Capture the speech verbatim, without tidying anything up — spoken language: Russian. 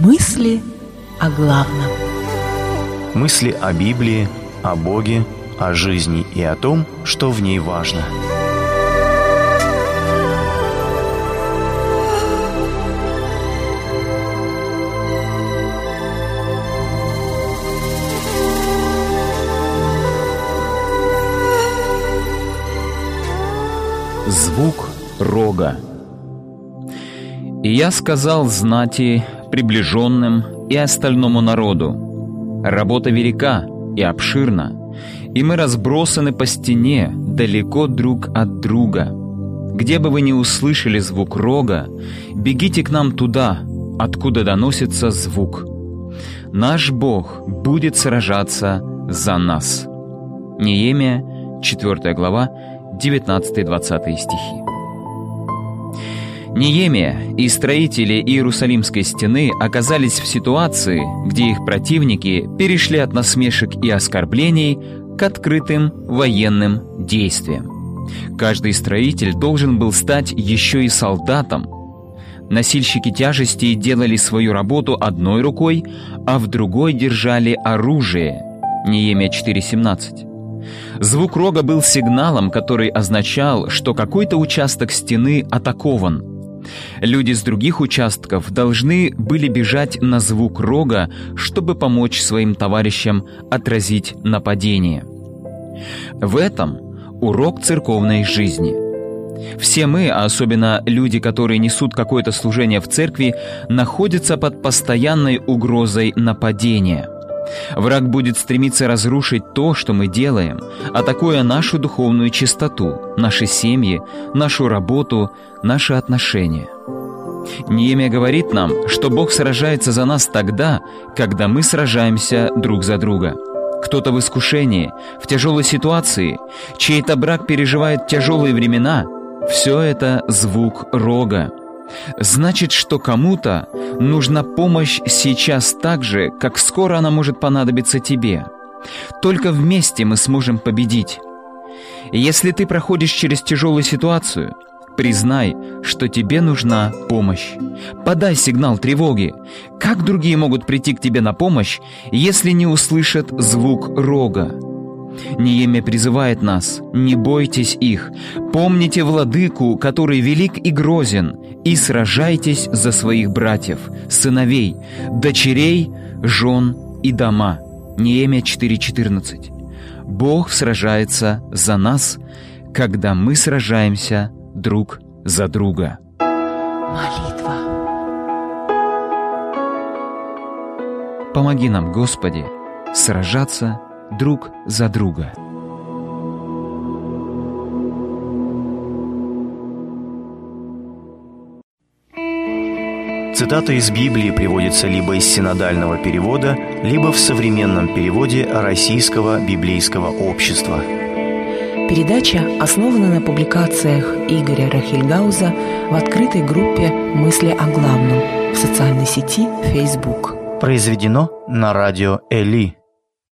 Мысли о главном. Мысли о Библии, о Боге, о жизни и о том, что в ней важно. Звук рога. «И я сказал знати, приближенным и остальному народу: работа велика и обширна, и мы разбросаны по стене далеко друг от друга. Где бы вы ни услышали звук рога, бегите к нам туда, откуда доносится звук. Наш Бог будет сражаться за нас». Неемия, четвёртая глава, девятнадцатый-двадцатый стихи. Неемия и строители Иерусалимской стены оказались в ситуации, где их противники перешли от насмешек и оскорблений к открытым военным действиям. Каждый строитель должен был стать еще и солдатом. Носильщики тяжестей делали свою работу одной рукой, а в другой держали оружие. Неемия четыре семнадцать. Звук рога был сигналом, который означал, что какой-то участок стены атакован. Люди с других участков должны были бежать на звук рога, чтобы помочь своим товарищам отразить нападение. В этом урок церковной жизни. Все мы, а особенно люди, которые несут какое-то служение в церкви, находятся под постоянной угрозой нападения. Враг будет стремиться разрушить то, что мы делаем, атакуя нашу духовную чистоту, наши семьи, нашу работу, наши отношения. Неемия говорит нам, что Бог сражается за нас тогда, когда мы сражаемся друг за друга. Кто-то в искушении, в тяжелой ситуации, чей-то брак переживает тяжелые времена — все это звук рога. Значит, что кому-то нужна помощь сейчас так же, как скоро она может понадобиться тебе. Только вместе мы сможем победить. Если ты проходишь через тяжелую ситуацию, признай, что тебе нужна помощь. Подай сигнал тревоги. Как другие могут прийти к тебе на помощь, если не услышат звук рога? Неемия призывает нас: не бойтесь их, помните владыку, который велик и грозен, и сражайтесь за своих братьев, сыновей, дочерей, жен и дома. Неемия четыре четырнадцать. Бог сражается за нас, когда мы сражаемся друг за друга. Молитва. Помоги нам, Господи, сражаться друг за друга. Цитата из Библии приводится либо из синодального перевода, либо в современном переводе Российского библейского общества. Передача основана на публикациях Игоря Рахильгауза в открытой группе «Мысли о главном» в социальной сети Facebook. Произведено на радио Эли.